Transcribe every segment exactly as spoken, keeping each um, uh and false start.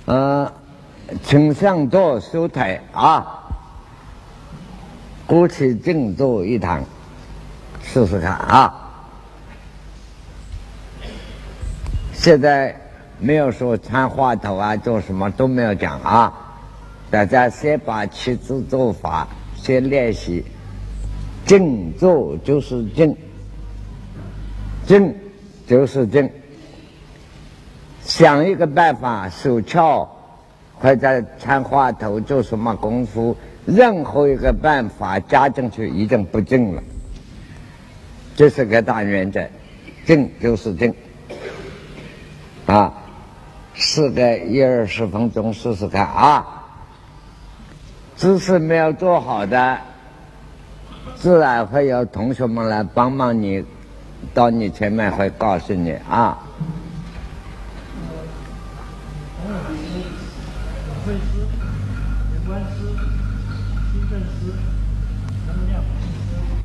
呃，请向座收台啊，鼓起静坐一堂，试试看啊。现在没有说参话头啊，做什么都没有讲啊。大家先把七字做法先练习，静坐就是静，静就是静。想一个办法，手翘或者参话头做什么功夫，任何一个办法加进去已经不静了。这是个大原则，静就是静啊。试个一二十分钟试试看啊。姿势没有做好的，自然会有同学们来帮忙你，到你前面会告诉你啊。 会师、眼观师、心正师、能量师。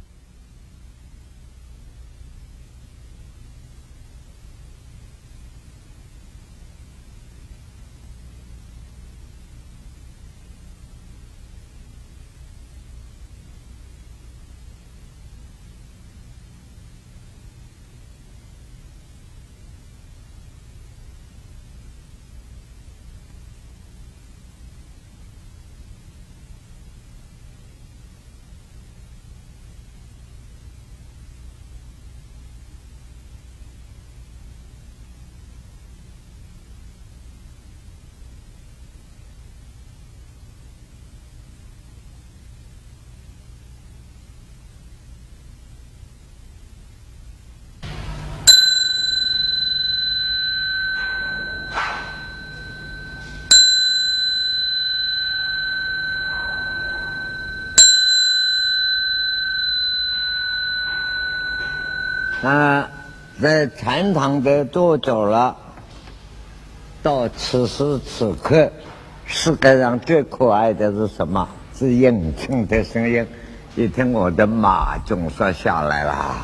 啊，在禅堂的坐久了，到此时此刻，世界上最可爱的是什么？是引擎的声音。一听我的马总算下来了，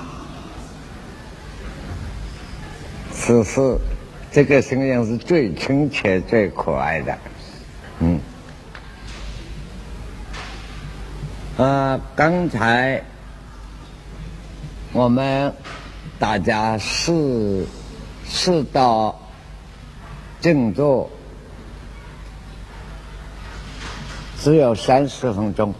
此时这个声音是最亲切、最可爱的。嗯，呃，刚才我们大家试试到静坐只有三十分钟，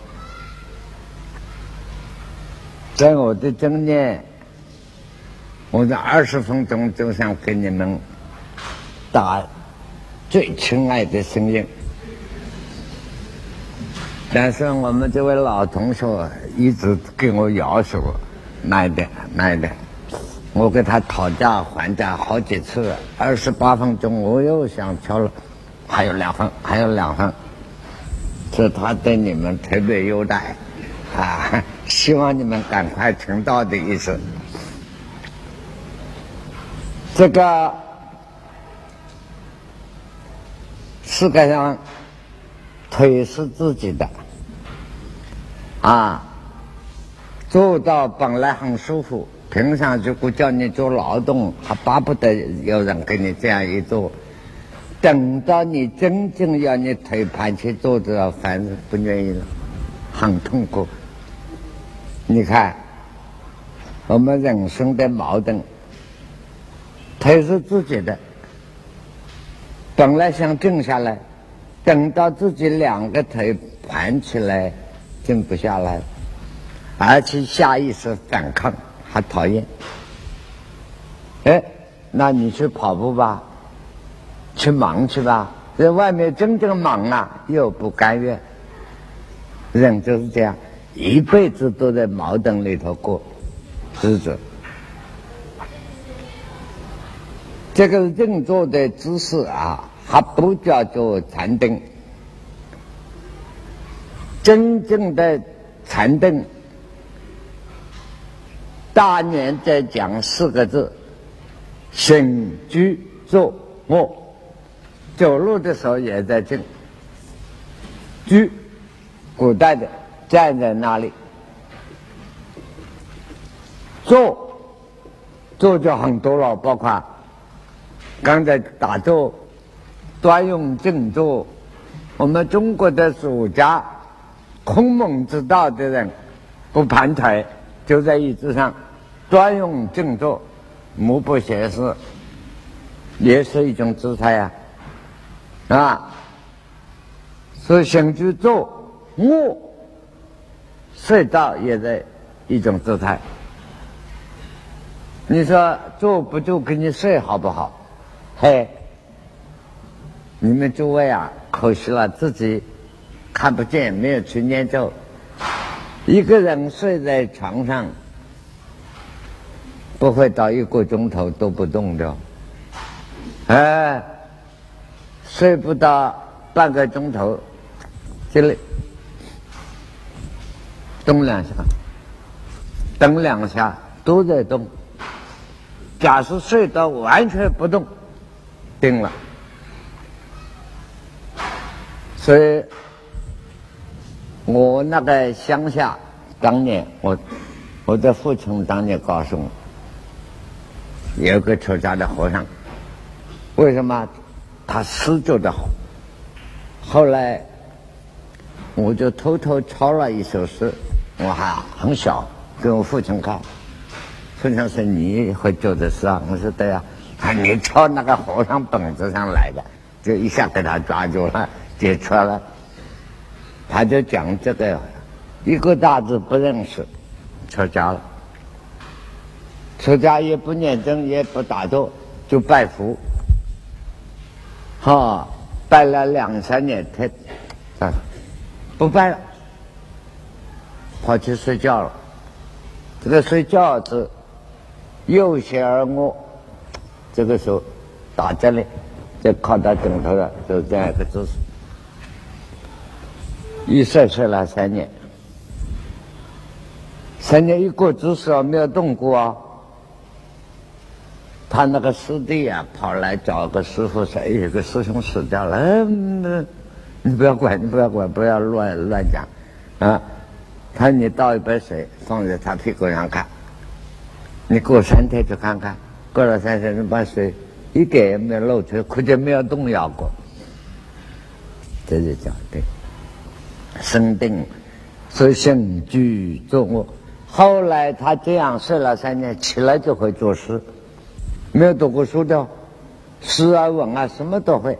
在我的经验，我的二十分钟就想给你们打最亲爱的声音。但是我们这位老同学一直跟我要求耐点耐点，我跟他讨价还价好几次，二十八分钟我又想调了，还有两分，还有两分，是他对你们特别优待啊，希望你们赶快听到的意思。这个世界上腿是自己的啊，做到本来很舒服，平常如果叫你做劳动，还巴不得有人给你这样一做。等到你真正要你腿盘起坐着，反正不愿意了，很痛苦。你看，我们人生的矛盾，腿是自己的，本来想静下来，等到自己两个腿盘起来，静不下来，而且下意识反抗，还讨厌。哎，那你去跑步吧，去忙去吧，在外面真正忙啊，又不甘愿。人就是这样，一辈子都在矛盾里头过日子。这个静坐的姿势啊，还不叫做禅定。真正的禅定，大原则讲四个字：行、居、坐、卧。走路的时候也在静。居，古代的站在那里。坐，坐就很多了，包括刚才打坐端用正坐。我们中国的儒家孔孟之道的人不盘腿，就在椅子上端用正坐，目不斜视，也是一种姿态啊啊！所以行居坐卧睡觉也是一种姿态。你说坐不就跟你睡好不好？嘿，你们诸位啊，可惜了，自己看不见，没有去研究。一个人睡在床上，不会到一个钟头都不动的，哎，睡不到半个钟头，这里动两下，蹬两下，都在动。假设睡到完全不动，定了。所以我那个乡下当年，我我的父亲当年告诉我，有个出家的和尚，为什么他诗做得好？后来我就偷偷抄了一首诗，我还很小，给我父亲看。父亲说：“你会做的诗啊？”我说：“对呀。”啊，你抄那个和尚本子上来的，就一下给他抓住了，揭穿了。他就讲这个一个大字不认识，出家了。出家也不念经，也不打坐，就拜佛。哈、哦，拜了两三年，他啊不拜了，跑去睡觉了。这个睡觉是右斜而卧，这个时候打这里，就靠到枕头了，就这样一个姿势。一睡睡了三年，三年一个姿势没有动过啊。他那个师弟啊，跑来找个师傅说：“哎，有个师兄死掉了，嗯，你不要管，你不要管，不要乱乱讲啊。”他说：“你倒一杯水放在他屁股上看，你过三天去看看，过了三天你把水一点也没有漏出，估计没有动摇过。”这就叫对生定，所以行居坐卧。后来他这样睡了三年，起来就会作诗，没有读过书的，诗啊文啊什么都会。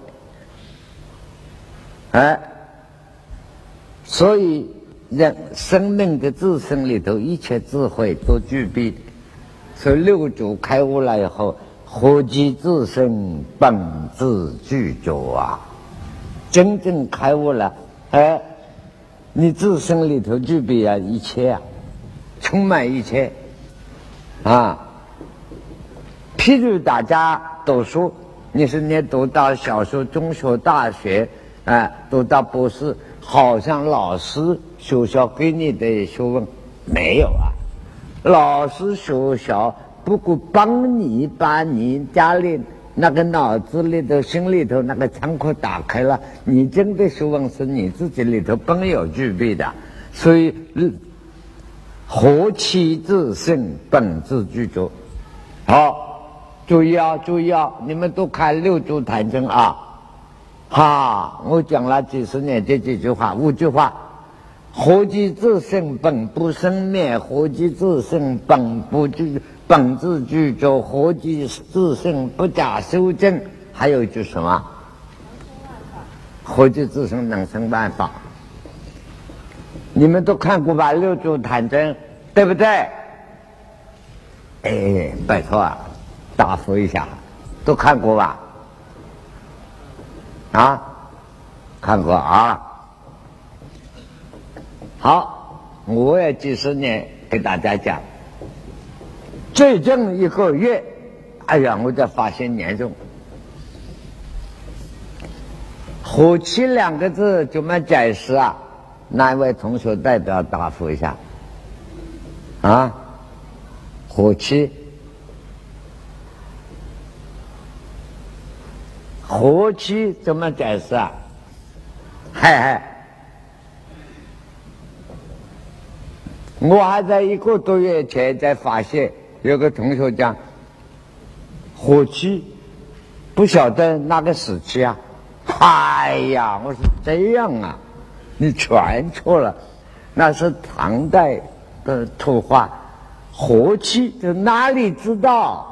哎，所以人生命的自身里头，一切智慧都具备。所以六祖开悟了以后，活即自身，本自具足啊！真正开悟了，哎，你自身里头具备啊一切啊，充满一切啊。譬如大家读书，你是你读到小学、中学、大学，啊，读到博士，好像老师学校给你的学问没有啊？老师学校不过帮你把你家里那个脑子里头、心里头那个仓库打开了，你真的学问是你自己里头本有具备的，所以活其自身，本自具足。好，注意啊，注意啊！你们都看六祖坛经啊！哈，我讲了几十年这几句话，五句话。活即自身，本不生灭；活即自身，本不具本自具足；活即自身，不假修正。还有一句什么？活即自身，能生万法。你们都看过吧？六祖坛经，对不对？哎，拜托啊，答复一下，都看过吧？啊，看过啊。好，我也几十年给大家讲，最近一个月，哎呀，我才发现严重。火气两个字怎么解释啊？哪位同学代表答复一下？啊，火气，火气怎么解释啊？嗨嗨。我还在一个多月前才发现，有个同学讲火气，不晓得哪个时期啊？ 哎呀，我说这样啊，你全错了，那是唐代的图画，和气就哪里知道？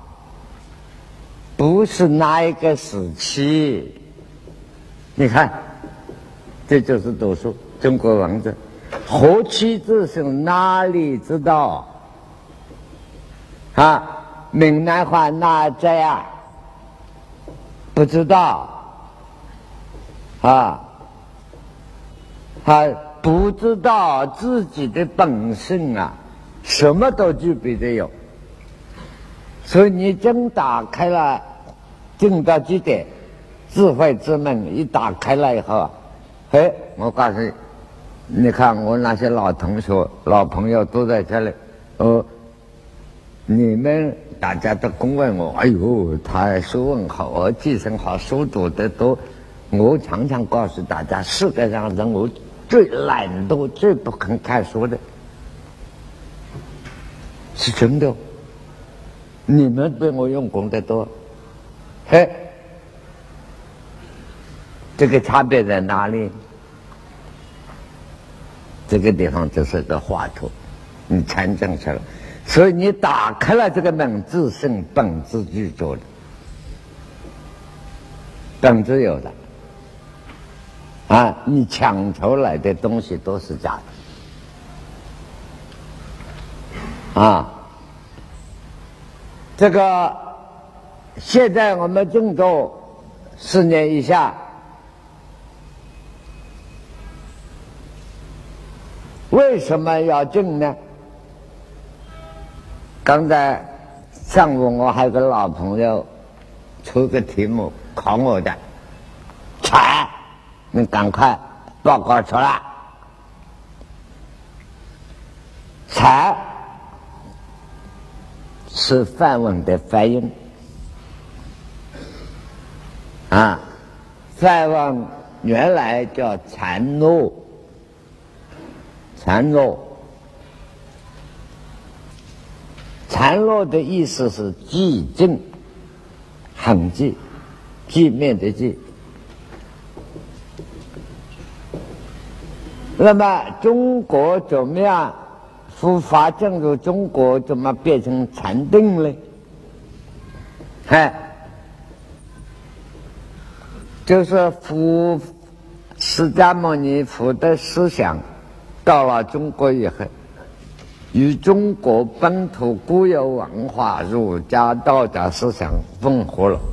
不是哪一个时期？你看，这就是读书，中国文字，和气字是哪里知道？啊，闽南话哪这样？不知道。啊，还不知道自己的本性啊，什么都具备的有。所以你真打开了，进到极点，智慧之门一打开了以后啊，哎，我告诉你，你看我那些老同学、老朋友都在这里，哦，你们大家都恭问我，哎呦，他书问好，我记性好，书读得多。我常常告诉大家，世界上人我最懒惰、最不肯看书的，是真的。你们比我用功得多，嘿，这个差别在哪里？这个地方就是个画图，你参证去了，所以你打开了这个门，自性本质具足的，本质有的。啊，你抢求来的东西都是假的。啊，这个现在我们郑州四年以下，为什么要进呢？刚才上午我还有个老朋友出个题目考我的，才你赶快报告出来。才是梵文的发音啊，梵文原来叫禅诺，禅诺，禅诺的意思是寂静，很寂，寂灭的寂。那么中国怎么样佛法进入中国，怎么变成禅定呢？哎，就是佛释迦牟尼佛的思想到了中国以后，与中国本土固有文化儒家道家思想混合了。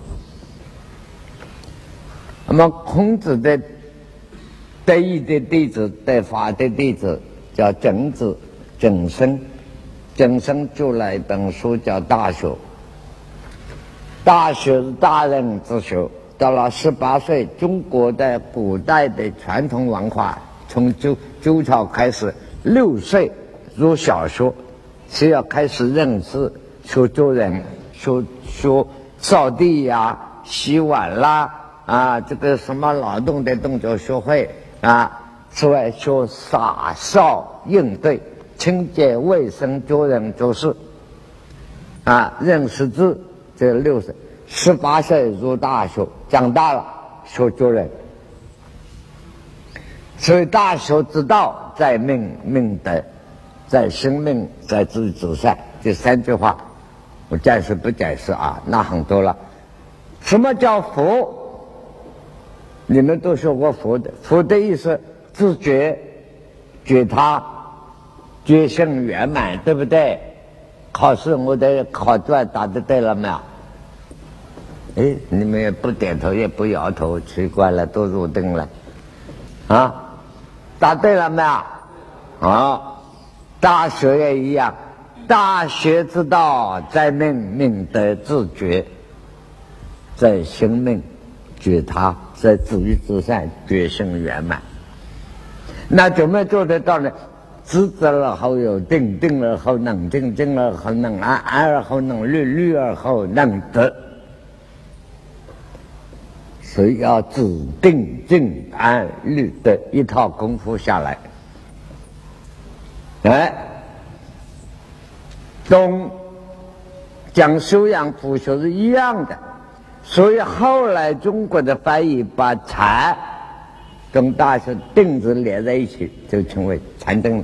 那么孔子的得意的弟子，得法的弟子叫曾子、曾参，曾参就了一本书叫《大学》。大学是大人之学，到了十八岁，中国的古代的传统文化，从周周朝开始，六岁入小学，是要开始认识、学做人、学学扫地呀、洗碗啦啊，这个什么劳动的动作学会。啊，此外学洒扫应对、清洁卫生、做人做事，啊，认识字，这六岁，十八岁入大学，长大了学做人。所以大学之道，在命命德，在生命，在自至善。这三句话，我暂时不解释啊，那很多了。什么叫佛？你们都学过佛的，佛的意思自觉、觉他、觉性圆满，对不对？考试我的考卷答的对了没有？哎，你们也不点头也不摇头，奇怪了，都入定了啊？答对了没有？啊，大学也一样，大学之道，在命命得自觉，在生命觉他，在自于自善，觉性圆满。那怎么做得到呢？知知了后有定，定了后能静，静了后能安，安了后能虑，虑了后能得。所以要止定静安虑的一套功夫下来，哎，懂讲修养普学是一样的。 所以后来中国的翻译把禅跟大学定字连在一起，就称为禅定。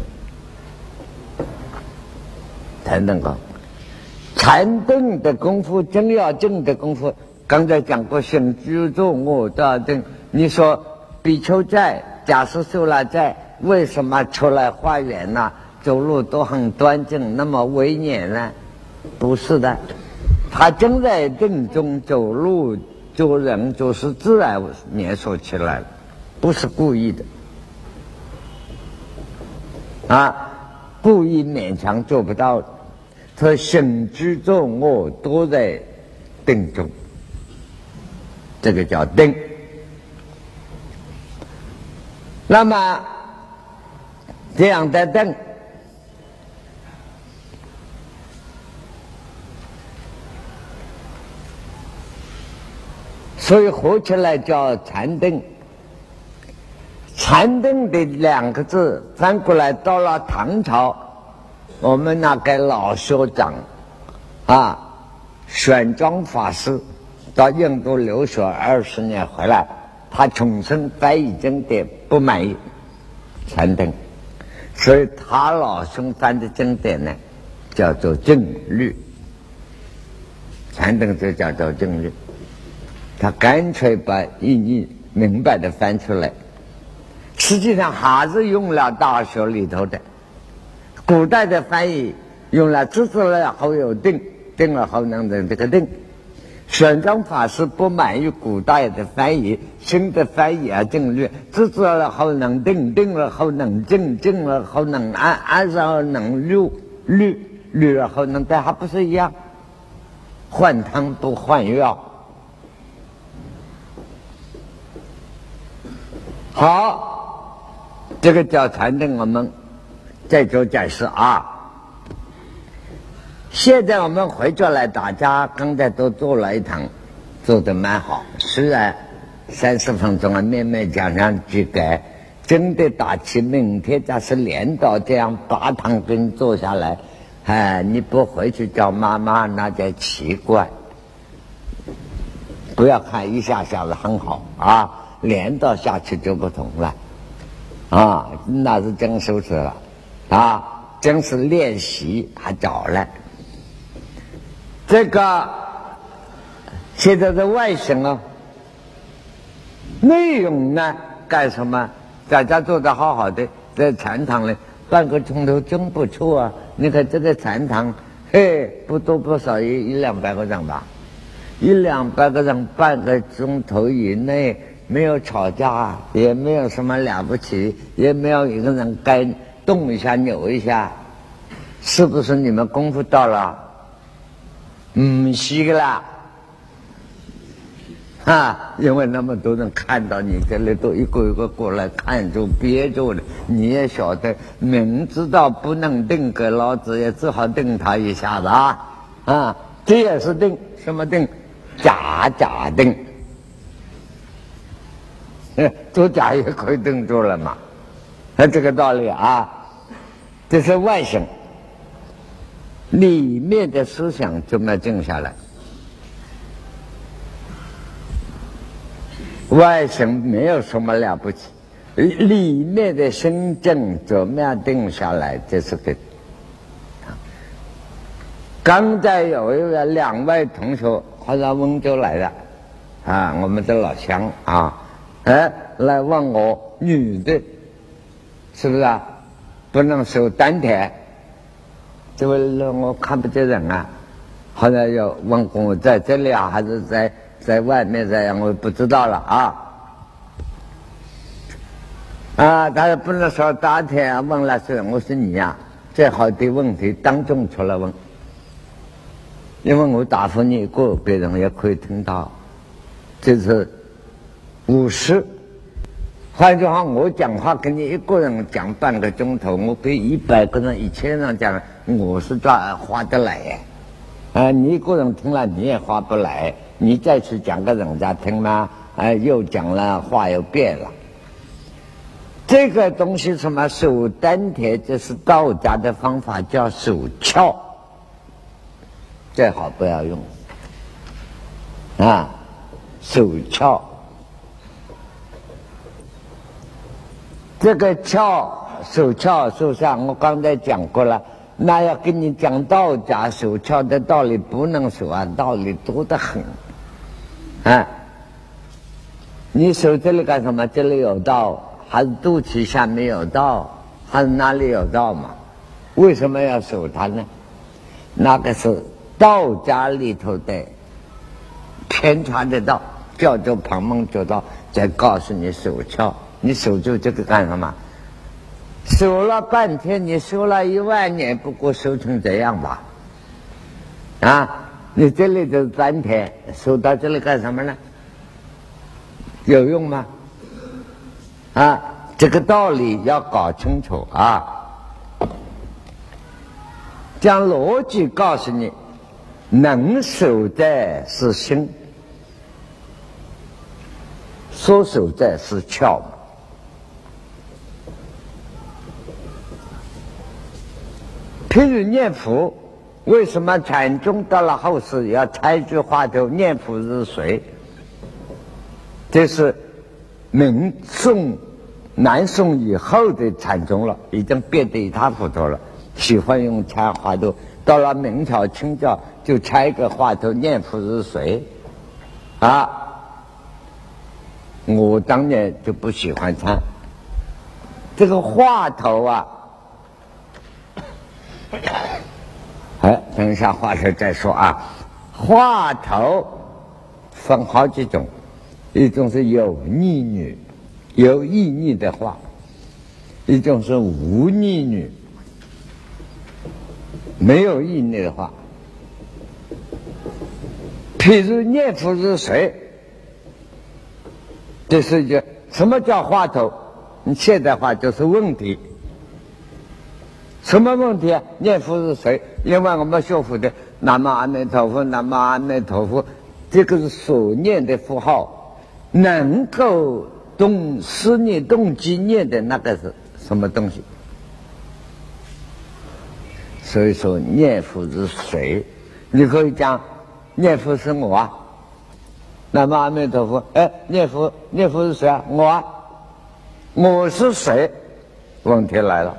禅定功，禅定的功夫，真要正的功夫，刚才讲过，行居坐卧大定。你说比丘寨、假释修了寨，为什么出来花园呢、啊？走路都很端正，那么威严呢？不是的，他正在定中走路做人，就是自然捏塑起来了，不是故意的啊，故意勉强做不到的。他行居坐卧都在定中，这个叫定。那么这样的定，所以合起来叫禅定。禅定的两个字翻过来，到了唐朝，我们那个老学长啊，玄奘法师到印度留学二十年回来，他重新翻译经典，不满意禅定，所以他老兄翻的经典呢，叫做正律，禅定就叫做正律。他干脆把意义明白的翻出来，实际上还是用了大学里头的古代的翻译，用了知知了后有定，定了后能的这个定。玄奘法师不满意古代的翻译，新的翻译啊正律，知知了后能定，定了后能静，静了后能安，安上能律，律律了后能定，还不是一样？换汤不换药。好，这个叫禅定，我们再做解释啊。现在我们回过来，大家刚才都做了一堂，做得蛮好。虽然三十分钟啊，慢慢讲上几个，真的打起明天假是连到这样八堂跟做下来，哎，你不回去叫妈妈，那就奇怪。不要看一下下子很好啊，连到下去就不同了啊，那是真收拾了啊，真是练习还早了。这个现在的外形啊，内容呢干什么？大家做得好好的，在禅堂里半个钟头真不错啊！你看这个禅堂，嘿，不多不少一一两百个人吧，一两百个人半个钟头以内，没有吵架，也没有什么了不起，也没有一个人该动一下扭一下，是不是你们功夫到了？嗯，是啦，啊，因为那么多人看到你这里都一个一个过来看住憋住了，你也晓得，明知道不能定给老子也只好定他一下子啊，啊，这也是定，什么定？假假定，做假也可以定住了嘛，那这个道理啊，这是外形。里面的思想就要静下来，外形没有什么了不起，里面的心正怎么样定下来，这是个。刚才有一位两位同学，好像温州来的啊，我们的老乡啊，哎，来问我女的，是不是啊？不能守丹田。这位我看不见人啊，好像要问我在这里啊，还是在在外面这样，我不知道了啊。啊，他不能说当天问了是我是你呀、啊，最好的问题当众出来问，因为我答复你过，别人也可以听到，这是五十。换句话，我讲话跟你一个人讲半个钟头，我给一百个人、一千人讲，我是抓划得来呀。啊，你一个人听了你也划不来，你再去讲给人家听嘛，啊，又讲了话又变了。这个东西什么守丹田，这是道家的方法，叫守窍，最好不要用。 啊，手窍。这个窍手窍手上，我刚才讲过了。那要跟你讲道家手窍的道理，不能手啊，道理多得很啊！你手这里干什么？这里有道，还是肚脐下面有道，还是哪里有道嘛？为什么要守它呢？那个是道家里头的偏差的道，叫做旁门左道，再告诉你手窍。你守住这个干什么？守了半天，你守了一万年，不过守成这样吧？啊，你这里就是丹田，守到这里干什么呢？有用吗？啊，这个道理要搞清楚啊！将逻辑告诉你，能守的是心，所守的是窍。譬如念佛，为什么禅宗到了后世要拆句话头念佛是谁？这是明宋、南宋以后的禅宗了，已经变得一塌糊涂了，喜欢用拆话头。到了明朝、清朝就拆个话头念佛是谁？啊，我当年就不喜欢拆这个话头啊。哎，等一下话头再说啊。话头分好几种，一种是有逆女，有意逆的话；一种是无逆女，没有意逆的话。譬如念佛是谁？这是一个什么叫话头？你现代话就是问题。什么问题啊？念佛是谁？因为我们学佛的南无阿弥陀佛，南无阿弥陀佛，这个是所念的符号，能够动思念动机念的那个是什么东西？所以说念佛是谁？你可以讲念佛是我啊，南无阿弥陀佛。哎，念佛念佛是谁啊？我啊，我是谁？问题来了。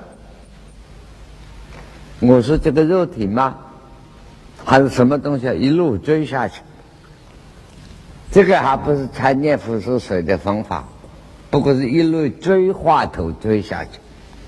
我是这个肉体吗？还是什么东西一路追下去？这个还不是参念佛是谁的方法，不过是一路追话头追下去。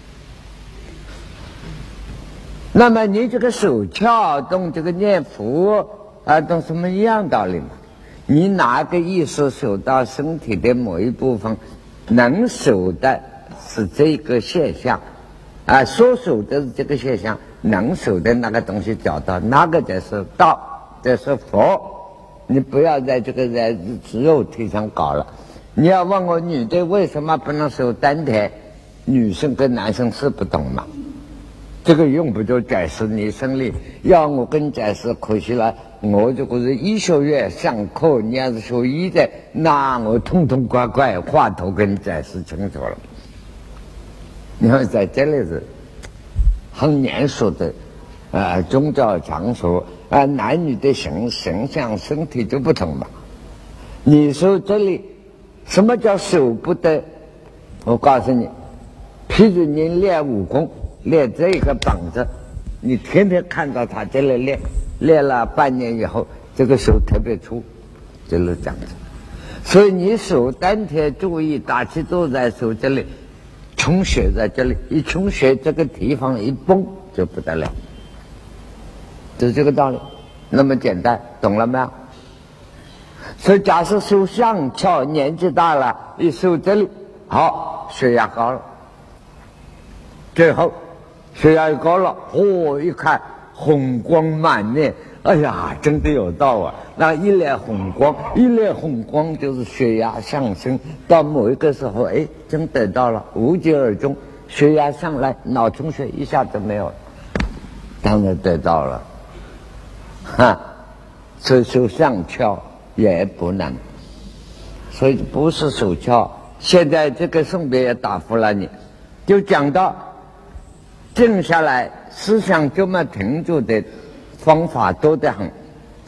那么你这个手窍动这个念佛啊，动什么一样道理嘛？你哪个意识守到身体的某一部分，能守的是这个现象啊，所守的是这个现象。能守的那个东西找到，那个才是道，这是佛。你不要在这个在肉体上搞了。你要问我女的为什么不能守丹田，女生跟男生是不同嘛？这个用不着解释你生理，要我跟你解释，可惜了。我这个是医学院上课，你要是学医的，那我痛痛快快话头跟你解释清楚了。你要在这里是很严肃的，呃，宗教场所啊、呃，男女的形形象、身体就不同嘛。你说这里什么叫守不得？我告诉你，譬如你练武功，练这个膀子，你天天看到他这里练，练了半年以后，这个手特别粗，就是这样子。所以你手丹田，注意大气都在手这里。充血在这里，一充血这个地方一崩就不得了，就是这个道理，那么简单，懂了没有？所以假设手上翘，年纪大了，一手这里，好，血压高了，最后血压高了，哦，一看红光满面，哎呀，真的有道啊！那一脸红光，一脸红光就是血压上升，到某一个时候，哎，真得到了，无疾而终，血压上来，脑充血一下子没有了，当然得到了，哈，所以手上翘也不能，所以不是手翘。现在这个宋别也答复了你，就讲到静下来，思想这么停住的方法多得很。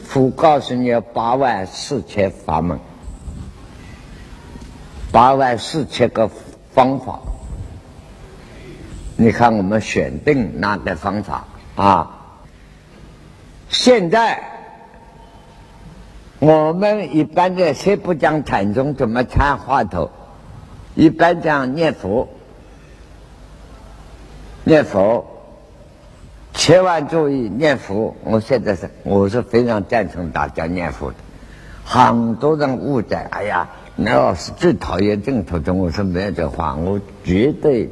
佛告诉你有八万四千法门，八万四千个方法。你看我们选定哪个方法啊？现在我们一般的谁不讲禅宗，怎么参话头？一般讲念佛，念佛，千万注意念佛。我现在是我是非常赞成大家念佛的。很多人误解，哎呀，那老师最讨厌净土宗。我说没有这话，我绝对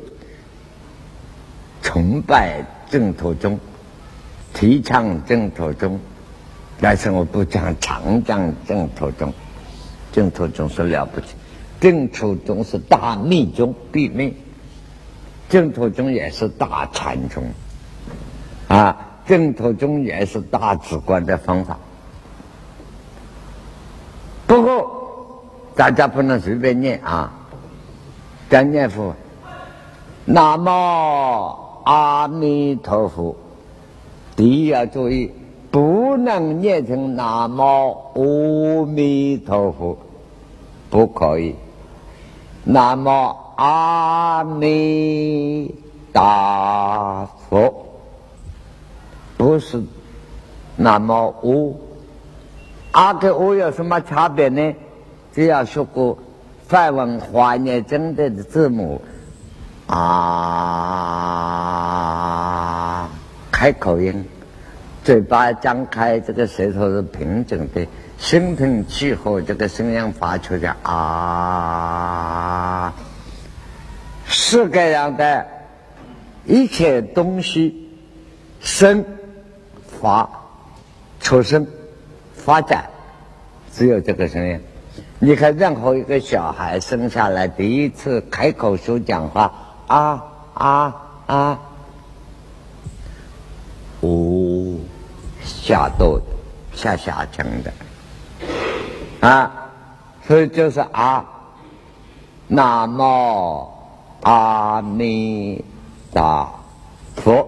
崇拜净土宗，提倡净土宗，但是我不讲常讲净土宗。净土宗是了不起，净土宗是大密宗秘密，净土宗也是大禅宗啊，净土宗也是大止观的方法。不过大家不能随便念啊，讲念佛，南无阿弥陀佛，第一要注意，不能念成南无阿弥陀佛，不可以。南无阿弥达佛，不是南无阿。阿跟阿有什么差别呢？只要学过梵文华严经的字母啊，开口音，嘴巴张开，这个舌头是平整的，心平气和，这个声音发出的啊，是这样的。一切东西生发出生发展，只有这个声音。你看任何一个小孩生下来第一次开口说讲话，啊啊啊，哦，下斗下下层的啊，所以就是啊，南无阿弥达佛。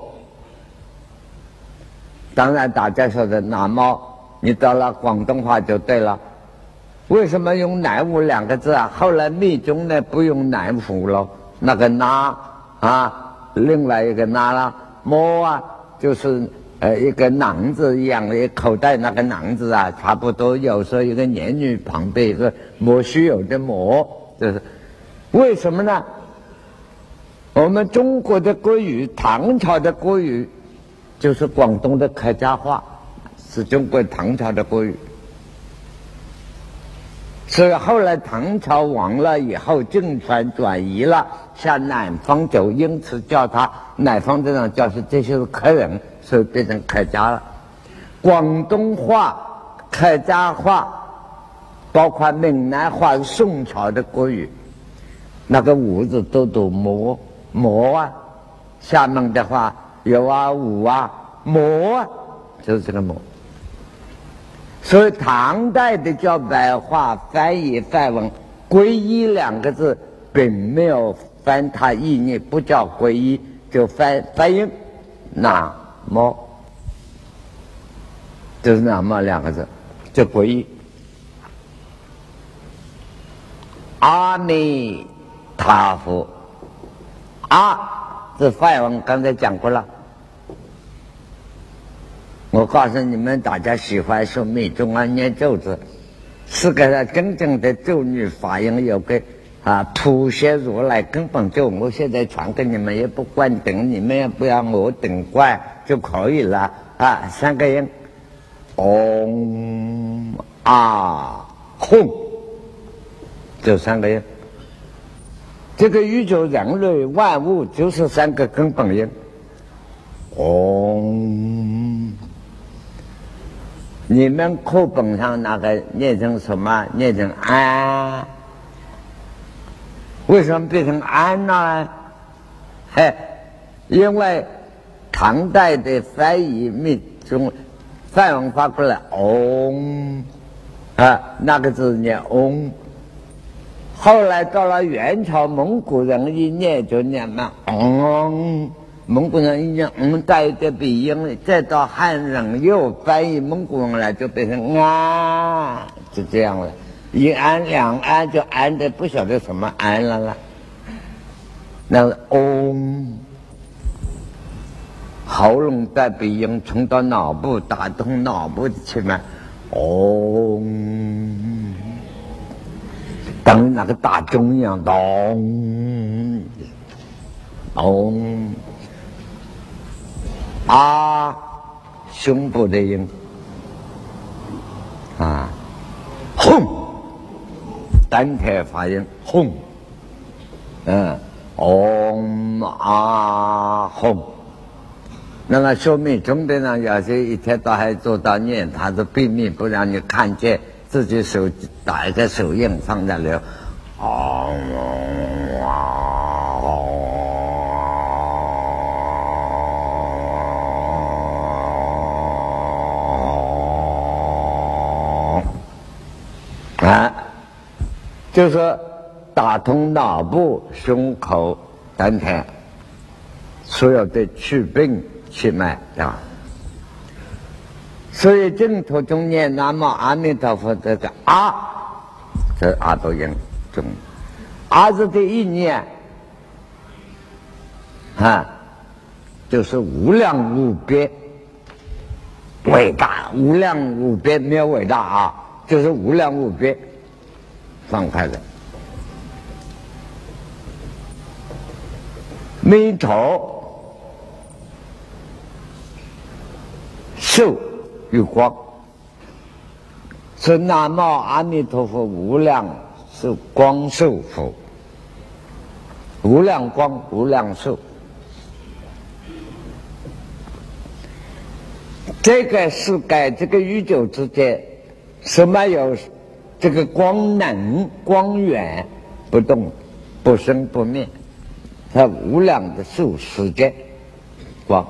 当然大家说的南无，你到了广东话就对了。为什么用南无两个字啊？后来密宗呢不用南无了，那个那啊，另外一个那了，摸啊，就是呃一个囊字一样的，口袋那个囊字啊，差不多。有时候一个言语旁边一个莫须有的莫，就是为什么呢？我们中国的国语，唐朝的国语，就是广东的客家话，是中国唐朝的国语。所以后来唐朝亡了以后，政权转移了，向南方走，因此叫他南方这种叫是这些是客人，所以变成客家了。广东话、客家话，包括闽南话，宋朝的国语，那个五字都读魔魔啊。厦门的话有啊五啊魔啊，就是这个魔。所以唐代的叫白话翻译梵文，皈依两个字并没有翻它意念，不叫皈依，就翻翻译南无，就是南无两个字，就皈依。阿弥陀佛，啊，这梵文刚才讲过了。我告诉你们，大家喜欢说密宗啊念咒字，是个真正的咒语发音，有个啊普贤如来根本咒。我现在传给你们，也不管等，你们也不要我等惯就可以了啊。三个音，嗡啊吽，这三个音。这个宇宙人类万物就是三个根本音，嗡。你们课本上那个念成什么？念成安，为什么变成安呢？嘿，因为唐代的翻译密宗梵文发过来嗡啊，那个字念嗡。后来到了元朝，蒙古人一念就念嘛嗡， 蒙古人已经嗯带一点鼻音，再到汉人又翻译蒙古人来，就变成啊，就这样了。一安两安就安的不晓得什么安了啦。那个嗡，喉咙带鼻音冲到脑部，打通脑部去嘛，嗡，等于那个大钟一样，咚，嗡。啊，胸部的音啊，轰，丹田发音轰，嗯，嗡啊轰。那么说明中的人有些一天到晚做到念，他是秘密不让你看见，自己手打一个手印放在那，啊啊，就是说打通脑部、胸口、丹田所有的气病气脉，对吧？所以净土中念南无阿弥陀佛，这个啊，这阿都音中，啊字的意念啊，就是无量无边伟大，无量无边没有伟大啊。就是无量无边放开的，眉头受有光，是南无阿弥陀佛无量寿光寿佛，无量光无量寿。这个世界，这个宇宙之间。什么有这个光能光源不动不生不灭，它无量的寿时间光，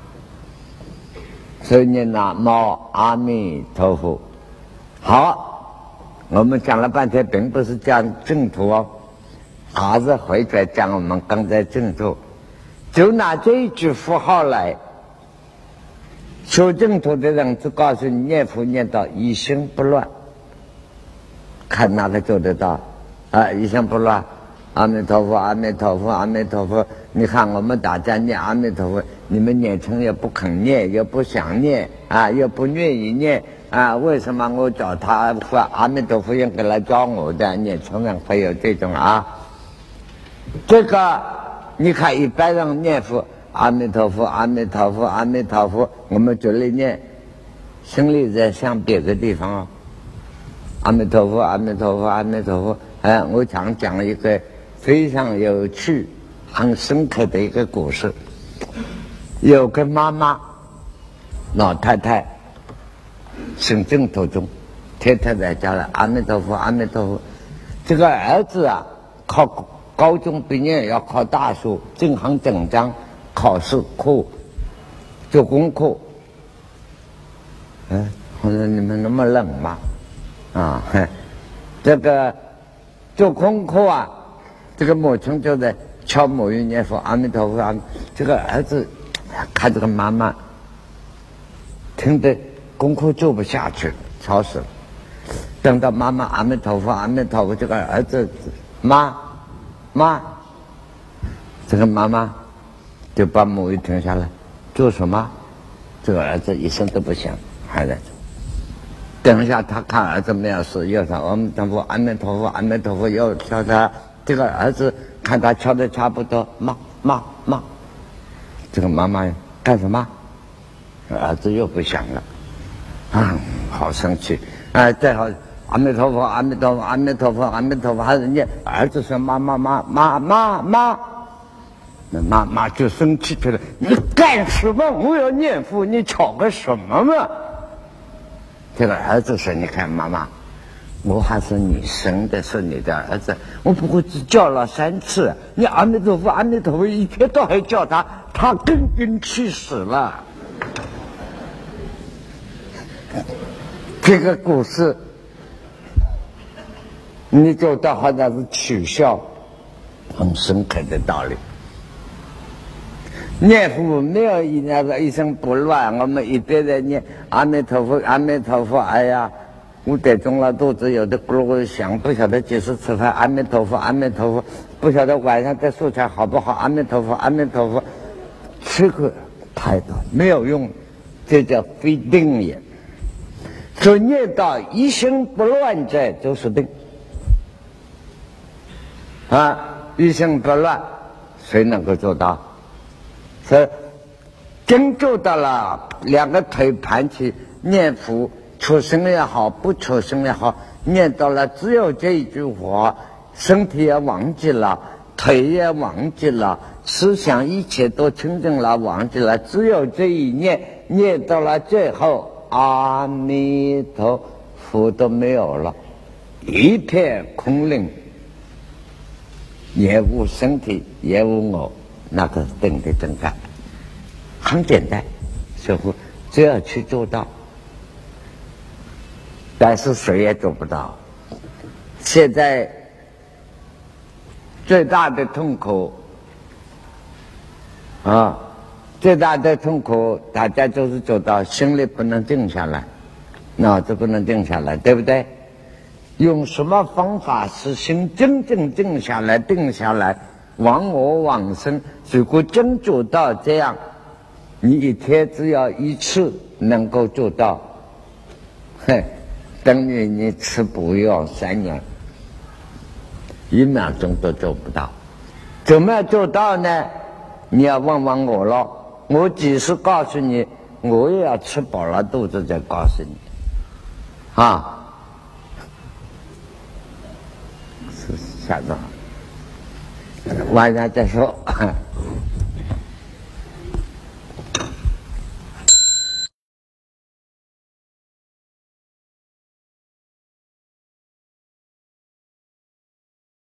所以你南无阿弥陀佛。好，我们讲了半天并不是讲净土哦，还是回来讲我们刚才净土，就拿这一句符号来修净土的人只告诉你念佛念到一心不乱，看哪个做得到啊？一心不乱，阿弥陀佛，阿弥陀佛，阿弥陀佛。你看我们大家念阿弥陀佛，你们念成也不肯念，也不想念啊，又不愿意念啊。为什么我叫他佛阿弥陀佛应该来教我的？念成人会有这种啊？这个你看一般人念佛。阿弥陀佛，阿弥陀佛，阿弥陀佛，我们嘴里念，心里在想别的地方哦。阿弥陀佛，阿弥陀佛，阿弥陀佛。哎，我想讲一个非常有趣、很深刻的一个故事。有个妈妈，老太太，生净土中，天天在家里阿弥陀佛，阿弥陀佛。这个儿子啊，考高中毕业要考大学，正很紧张。考试课做功课，哎，我说你们那么冷吗？啊，嘿，这个做功课啊，这个母亲就在敲母语念佛，阿弥陀佛啊。这个儿子看这个妈妈，听得功课做不下去，吵死了。等到妈妈阿弥陀佛，阿弥陀佛，这个儿子妈妈，这个妈妈。就把母语停下来，做什么？这个儿子一声都不响，还在做。等一下，他看儿子没有事，又说阿弥陀佛，阿弥陀佛，阿弥陀佛，又敲他。这个儿子看他敲的差不多，妈妈妈，这个妈妈干什么？儿子又不响了，啊，好生气啊！再好，阿弥陀佛，阿弥陀佛，阿弥陀佛，阿弥陀佛，还是念。儿子说妈妈妈妈妈妈。那妈妈就生气去了，你干什么？我要念佛，你吵个什么嘛？这个儿子说：“你看妈妈，我还是你生的，是你的儿子，我不过只叫了三次，你阿弥陀佛，阿弥陀佛，一天到晚叫他，他更更气死了。”这个故事，你觉得好像是取笑，很深刻的道理。 念佛没有一那个一声不乱，我们一边在念阿弥陀佛，阿弥陀佛，哎呀，五点钟了，肚子有的咕噜咕噜响，不晓得几时吃饭，阿弥陀佛，阿弥陀佛，不晓得晚上再素菜好不好，阿弥陀佛，阿弥陀佛，这个太多没有用，这叫非定也。所以念到一心不乱者，就是定啊，一心不乱，谁能够做到？所以真做到了，两个腿盘起念佛，出声也好，不出声也好，念到了只有这一句话，身体也忘记了，腿也忘记了，思想一切都清净了，忘记了，只有这一念，念到了最后，阿弥陀佛都没有了，一片空灵，也无身体，也无我。那个定的真感很简单，师父只要去做到，但是谁也做不到。现在最大的痛苦啊，最大的痛苦，大家就是做到心里不能静下来，脑子不能静下来，对不对？用什么方法使心真正静下来、定下来？忘我往生，如果真做到这样，你一天只要一次能够做到，嘿，等于你吃补药三年，一秒钟都做不到。怎么样做到呢？你要问问我了，我只是告诉你，我也要吃饱了肚子再告诉你，啊，是下着。晚上再说。